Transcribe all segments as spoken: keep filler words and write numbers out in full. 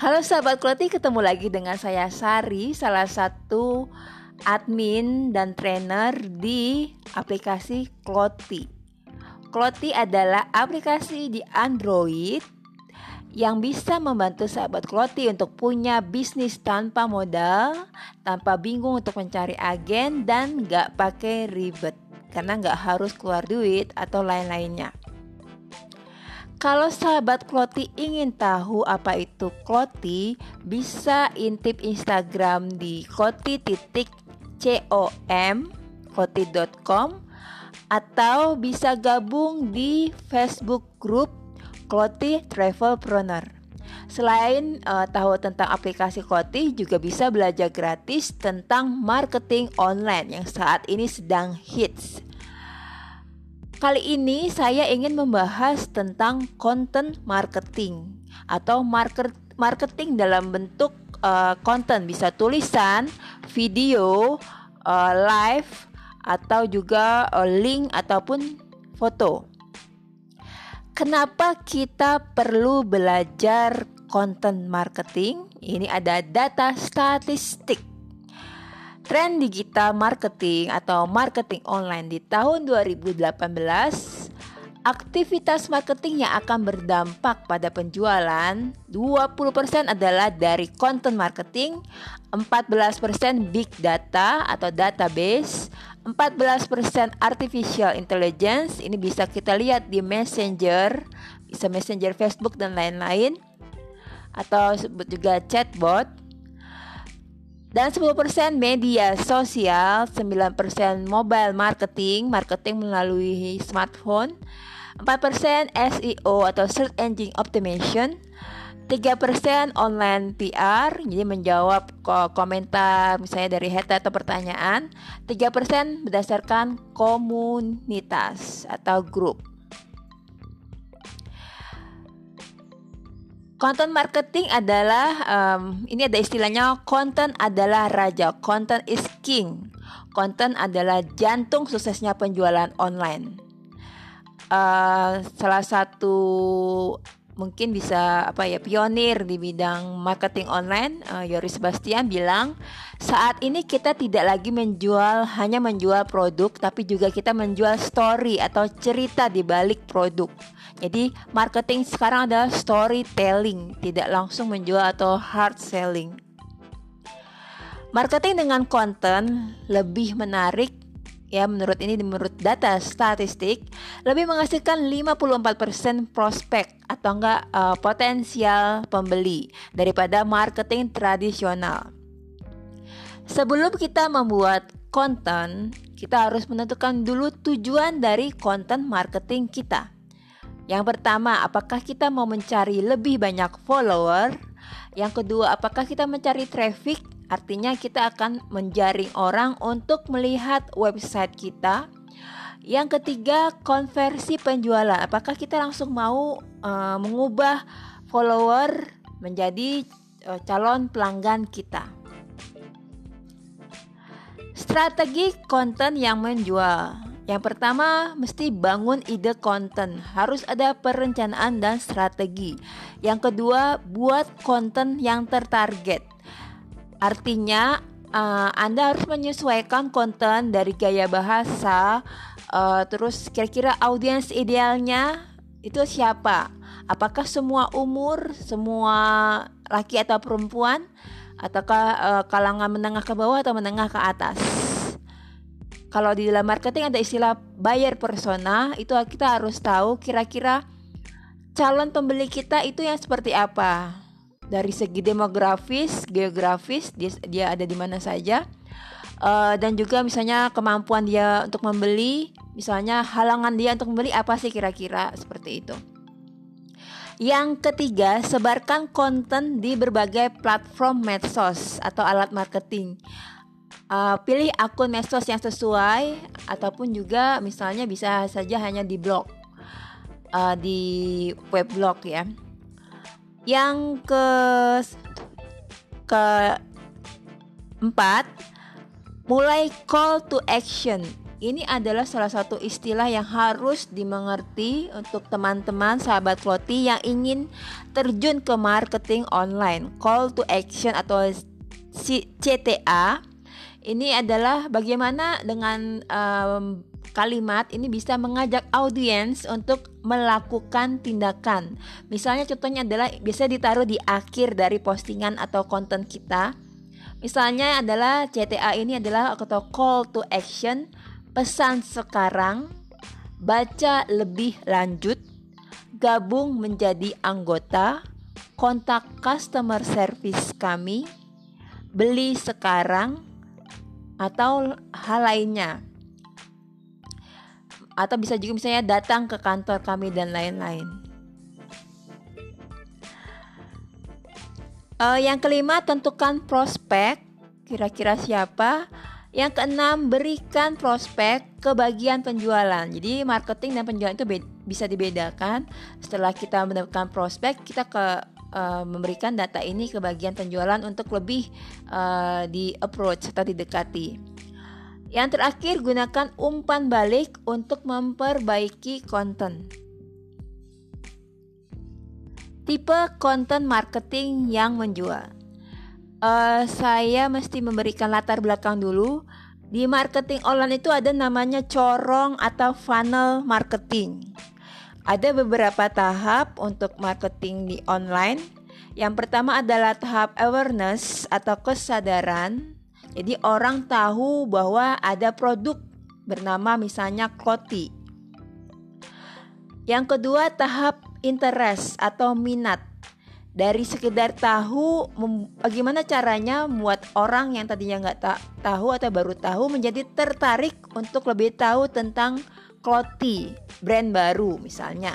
Halo sahabat Kloti, ketemu lagi dengan saya Sari, salah satu admin dan trainer di aplikasi Kloti. Kloti adalah aplikasi di Android yang bisa membantu sahabat Kloti untuk punya bisnis tanpa modal, tanpa bingung untuk mencari agen dan gak pakai ribet, karena gak harus keluar duit atau lain-lainnya. Kalau sahabat Kloti ingin tahu apa itu Kloti, bisa intip Instagram di kloti titik com, kloti dot com, atau bisa gabung di Facebook group Kloti Travelpreneur. Selain uh, tahu tentang aplikasi Kloti, juga bisa belajar gratis tentang marketing online yang saat ini sedang hits. Kali ini saya ingin membahas tentang content marketing atau market, marketing dalam bentuk uh, konten, bisa tulisan, video, uh, live, atau juga uh, link ataupun foto. Kenapa kita perlu belajar content marketing? Ini ada data statistik. Tren digital marketing atau marketing online di tahun dua ribu delapan belas, aktivitas marketing yang akan berdampak pada penjualan dua puluh persen adalah dari content marketing, empat belas persen big data atau database, empat belas persen artificial intelligence, ini bisa kita lihat di Messenger, bisa Messenger Facebook dan lain-lain, atau sebut juga chatbot. Dan sepuluh persen media sosial, sembilan persen mobile marketing, marketing melalui smartphone, empat persen S E O atau search engine optimization, tiga persen online P R, jadi menjawab komentar misalnya dari hater atau pertanyaan, tiga persen berdasarkan komunitas atau grup. Content marketing adalah, um, ini ada istilahnya, content adalah raja, content is king. Content adalah jantung suksesnya penjualan online. Uh, salah satu mungkin bisa apa ya pionir di bidang marketing online, uh, Yoris Bastian bilang, saat ini kita tidak lagi menjual hanya menjual produk, tapi juga kita menjual story atau cerita di balik produk. Jadi marketing sekarang adalah storytelling, tidak langsung menjual atau hard selling. Marketing dengan konten lebih menarik, ya menurut ini menurut data statistik, lebih menghasilkan lima puluh empat persen prospek atau enggak uh, potensial pembeli daripada marketing tradisional. Sebelum kita membuat konten, kita harus menentukan dulu tujuan dari konten marketing kita. Yang pertama, apakah kita mau mencari lebih banyak follower? Yang kedua, apakah kita mencari traffic? Artinya kita akan menjaring orang untuk melihat website kita. Yang ketiga, konversi penjualan. Apakah kita langsung mau uh, mengubah follower menjadi uh, calon pelanggan kita? Strategi konten yang menjual. Yang pertama, mesti bangun ide konten. Harus ada perencanaan dan strategi. Yang kedua, buat konten yang tertarget. Artinya, uh, Anda harus menyesuaikan konten dari gaya bahasa, uh, terus kira-kira audiens idealnya itu siapa? Apakah semua umur, semua laki atau perempuan, ataukah uh, kalangan menengah ke bawah atau menengah ke atas? Kalau di dalam marketing ada istilah buyer persona, itu kita harus tahu kira-kira calon pembeli kita itu yang seperti apa. Dari segi demografis, geografis, dia, dia ada di mana saja. Uh, dan juga misalnya kemampuan dia untuk membeli, misalnya halangan dia untuk membeli apa sih kira-kira, seperti itu. Yang ketiga, sebarkan konten di berbagai platform medsos atau alat marketing. Uh, pilih akun medsos yang sesuai, ataupun juga misalnya bisa saja hanya di blog, uh, di web blog ya. Yang ke keempat, mulai call to action. ini adalah salah satu istilah yang harus dimengerti untuk teman-teman sahabat Kloti yang ingin terjun ke marketing online. Call to action atau C T A ini adalah bagaimana dengan um, kalimat ini bisa mengajak audiens untuk melakukan tindakan. Misalnya contohnya adalah bisa ditaruh di akhir dari postingan atau konten kita. Misalnya adalah C T A ini adalah atau call to action, pesan sekarang, baca lebih lanjut, gabung menjadi anggota, kontak customer service kami, beli sekarang, atau hal lainnya. Atau bisa juga misalnya datang ke kantor kami dan lain-lain. Uh, yang kelima, tentukan prospek, kira-kira siapa. Yang keenam, berikan prospek ke bagian penjualan. Jadi marketing dan penjualan itu be- bisa dibedakan. Setelah kita mendapatkan prospek, kita ke uh, memberikan data ini ke bagian penjualan untuk lebih uh, di approach atau didekati. Yang terakhir, gunakan umpan balik untuk memperbaiki konten. Tipe konten marketing yang menjual. Uh, saya mesti memberikan latar belakang dulu. Di marketing online itu ada namanya corong atau funnel marketing. Ada beberapa tahap untuk marketing di online. Yang pertama adalah tahap awareness atau kesadaran. Jadi orang tahu bahwa ada produk bernama misalnya Kloti. Yang kedua, tahap interest atau minat. Dari sekedar tahu mem- bagaimana caranya membuat orang yang tadinya nggak ta- tahu atau baru tahu menjadi tertarik untuk lebih tahu tentang Kloti, brand baru misalnya.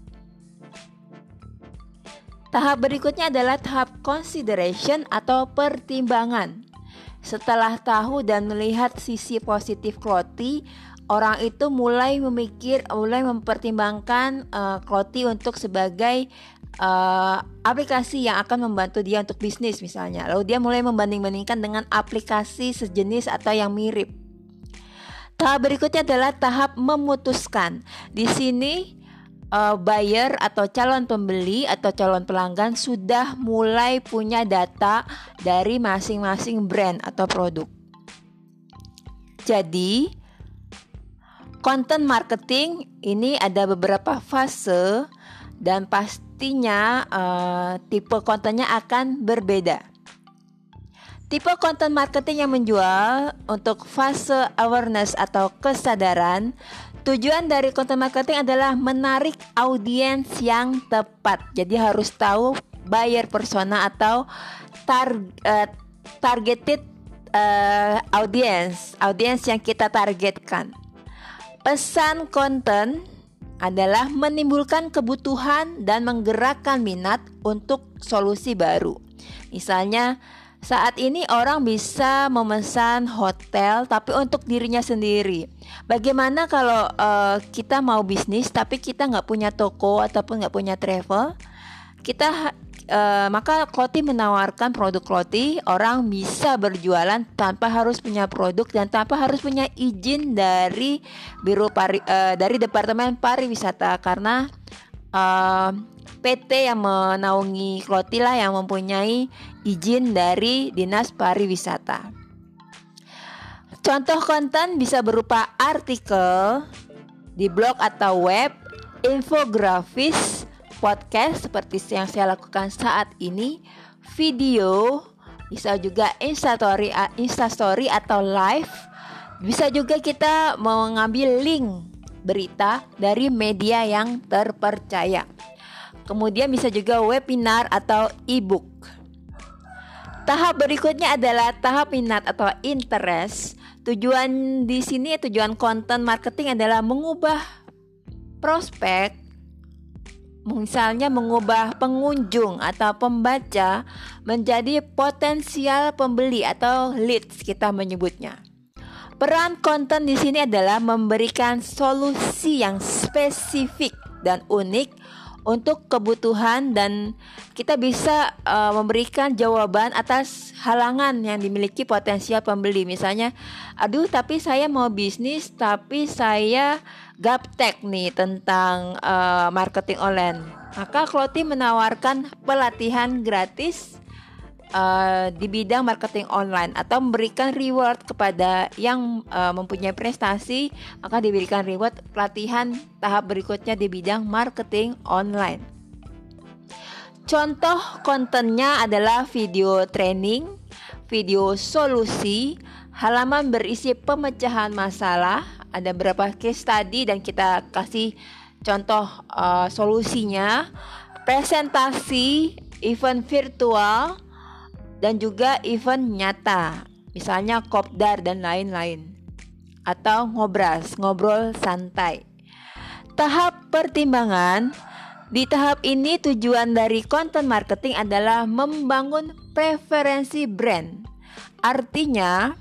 Tahap berikutnya adalah tahap consideration atau pertimbangan. Setelah tahu dan melihat sisi positif Kloti, orang itu mulai memikir, mulai mempertimbangkan uh, Kloti untuk sebagai uh, aplikasi yang akan membantu dia untuk bisnis misalnya. Lalu dia mulai membanding-bandingkan dengan aplikasi sejenis atau yang mirip. Tahap berikutnya adalah tahap memutuskan. Di sini uh, buyer atau calon pembeli atau calon pelanggan sudah mulai punya data dari masing-masing brand atau produk. Jadi content marketing ini ada beberapa fase dan pastinya uh, tipe kontennya akan berbeda. Tipe konten marketing yang menjual untuk fase awareness atau kesadaran, tujuan dari konten marketing adalah menarik audiens yang tepat. Jadi harus tahu buyer persona atau tar, uh, targeted uh, audience, audiens yang kita targetkan. Pesan konten adalah menimbulkan kebutuhan dan menggerakkan minat untuk solusi baru. Misalnya, saat ini orang bisa memesan hotel tapi untuk dirinya sendiri. Bagaimana kalau uh, kita mau bisnis tapi kita nggak punya toko ataupun nggak punya travel? Kita uh, maka Kloti menawarkan produk Kloti. Orang bisa berjualan tanpa harus punya produk dan tanpa harus punya izin dari biro pari, uh, dari Departemen Pariwisata karena uh, P T yang menaungi Kloti lah yang mempunyai izin dari Dinas Pariwisata. Contoh konten bisa berupa artikel di blog atau web, infografis, podcast seperti yang saya lakukan saat ini, video, bisa juga instastory, instastory atau live. Bisa juga kita mengambil link berita dari media yang terpercaya. Kemudian bisa juga webinar atau e-book. Tahap berikutnya adalah tahap minat atau interest. Tujuan di sini, tujuan konten marketing adalah mengubah prospek, misalnya mengubah pengunjung atau pembaca menjadi potensial pembeli atau leads kita menyebutnya. Peran konten di sini adalah memberikan solusi yang spesifik dan unik untuk kebutuhan dan kita bisa uh, memberikan jawaban atas halangan yang dimiliki potensial pembeli. Misalnya, aduh tapi saya mau bisnis tapi saya gaptek nih tentang uh, marketing online. Maka Kloty menawarkan pelatihan gratis uh, di bidang marketing online atau memberikan reward kepada yang uh, mempunyai prestasi, maka diberikan reward pelatihan tahap berikutnya di bidang marketing online. Contoh kontennya adalah video training, video solusi, halaman berisi pemecahan masalah, ada beberapa case study dan kita kasih contoh uh, solusinya, presentasi, event virtual, dan juga event nyata, misalnya kopdar dan lain-lain, atau ngobras, ngobrol santai. Tahap pertimbangan, di tahap ini tujuan dari content marketing adalah membangun preferensi brand. Artinya,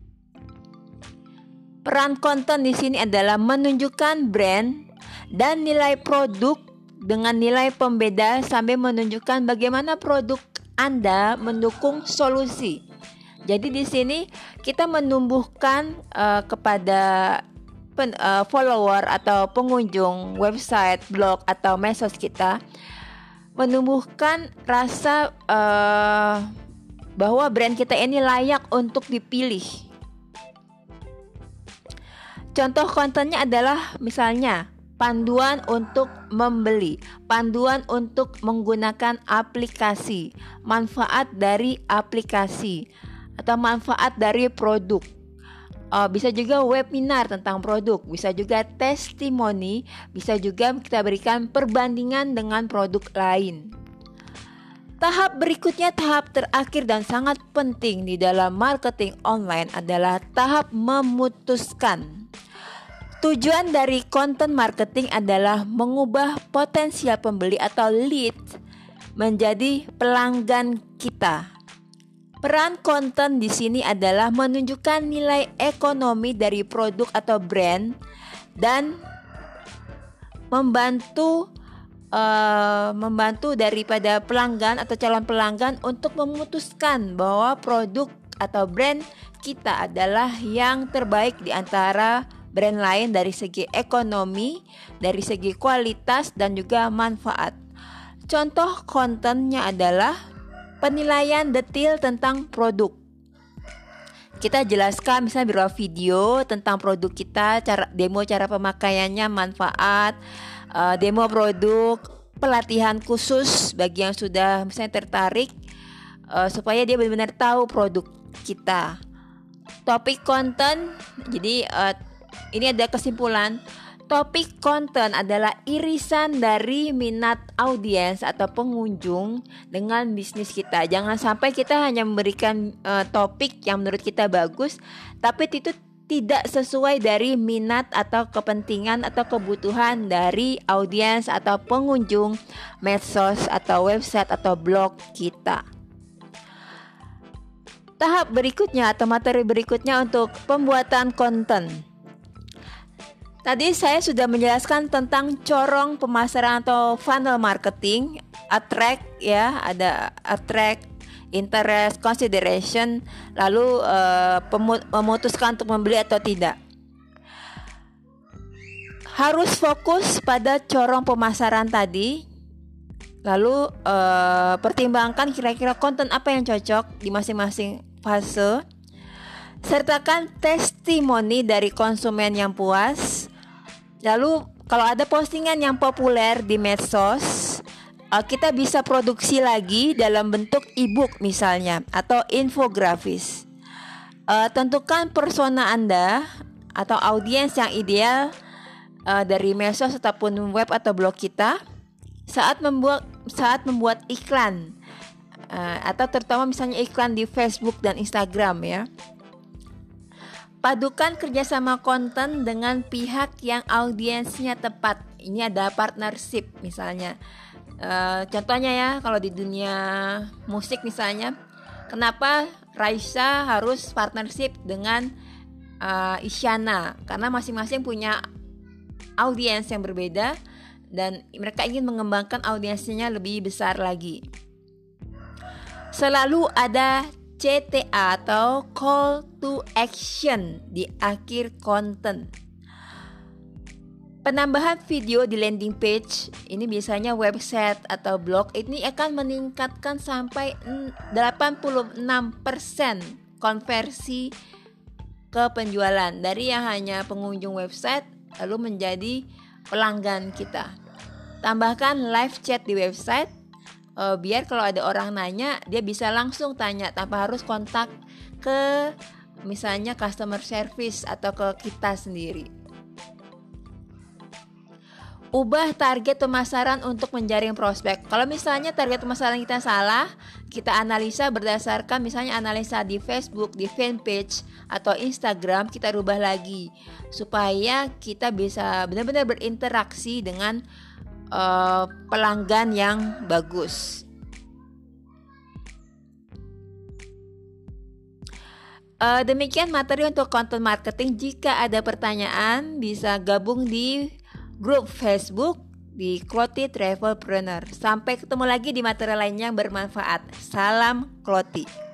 peran konten di sini adalah menunjukkan brand dan nilai produk dengan nilai pembeda sambil menunjukkan bagaimana produk Anda mendukung solusi. Jadi di sini kita menumbuhkan uh, kepada pen, uh, follower atau pengunjung website, blog atau medsos kita, menumbuhkan rasa uh, bahwa brand kita ini layak untuk dipilih. Contoh kontennya adalah misalnya panduan untuk membeli, panduan untuk menggunakan aplikasi, manfaat dari aplikasi, atau manfaat dari produk. Uh, bisa juga webinar tentang produk, bisa juga testimoni, bisa juga kita berikan perbandingan dengan produk lain. Tahap berikutnya, tahap terakhir dan sangat penting di dalam marketing online adalah tahap memutuskan. Tujuan dari content marketing adalah mengubah potensial pembeli atau lead menjadi pelanggan kita. Peran konten di sini adalah menunjukkan nilai ekonomi dari produk atau brand dan membantu uh, membantu daripada pelanggan atau calon pelanggan untuk memutuskan bahwa produk atau brand kita adalah yang terbaik di antara brand lain dari segi ekonomi, dari segi kualitas dan juga manfaat. Contoh kontennya adalah penilaian detail tentang produk. Kita jelaskan misalnya berupa video tentang produk kita, cara demo cara pemakaiannya, manfaat, uh, demo produk, pelatihan khusus bagi yang sudah misalnya tertarik uh, supaya dia benar-benar tahu produk kita. Topik konten, jadi uh, ini ada kesimpulan. Topik konten adalah irisan dari minat audiens atau pengunjung dengan bisnis kita. Jangan sampai kita hanya memberikan uh, topik yang menurut kita bagus, tapi itu tidak sesuai dari minat atau kepentingan atau kebutuhan dari audiens atau pengunjung medsos atau website atau blog kita. Tahap berikutnya atau materi berikutnya untuk pembuatan konten. Tadi saya sudah menjelaskan tentang corong pemasaran atau funnel marketing, attract ya, ada attract, interest, consideration, lalu uh, memutuskan untuk membeli atau tidak. Harus fokus pada corong pemasaran tadi, lalu uh, pertimbangkan kira-kira konten apa yang cocok di masing-masing fase. Sertakan testimoni dari konsumen yang puas. Lalu kalau ada postingan yang populer di medsos, kita bisa produksi lagi dalam bentuk e-book misalnya atau infografis. Tentukan persona Anda atau audiens yang ideal dari medsos ataupun web atau blog kita saat membuat saat membuat iklan atau terutama misalnya iklan di Facebook dan Instagram ya. Padukan kerjasama konten dengan pihak yang audiensnya tepat. Ini ada partnership misalnya. E, contohnya ya, kalau di dunia musik misalnya, kenapa Raisa harus partnership dengan uh, Isyana? Karena masing-masing punya audiens yang berbeda dan mereka ingin mengembangkan audiensnya lebih besar lagi. Selalu ada C T A atau call to action di akhir konten. Penambahan video di landing page ini biasanya website atau blog ini akan meningkatkan sampai delapan puluh enam persen konversi ke penjualan dari yang hanya pengunjung website lalu menjadi pelanggan kita. Tambahkan live chat di website uh, biar kalau ada orang nanya dia bisa langsung tanya tanpa harus kontak ke misalnya customer service atau ke kita sendiri. Ubah target pemasaran untuk menjaring prospek. Kalau misalnya target pemasaran kita salah, kita analisa berdasarkan misalnya analisa di Facebook, di fanpage atau Instagram, kita rubah lagi supaya kita bisa benar-benar berinteraksi dengan uh, pelanggan yang bagus. Uh, demikian materi untuk content marketing. Jika ada pertanyaan bisa gabung di grup Facebook di Kloti Travelpreneur. Sampai ketemu lagi di materi lainnya yang bermanfaat. Salam Kloti.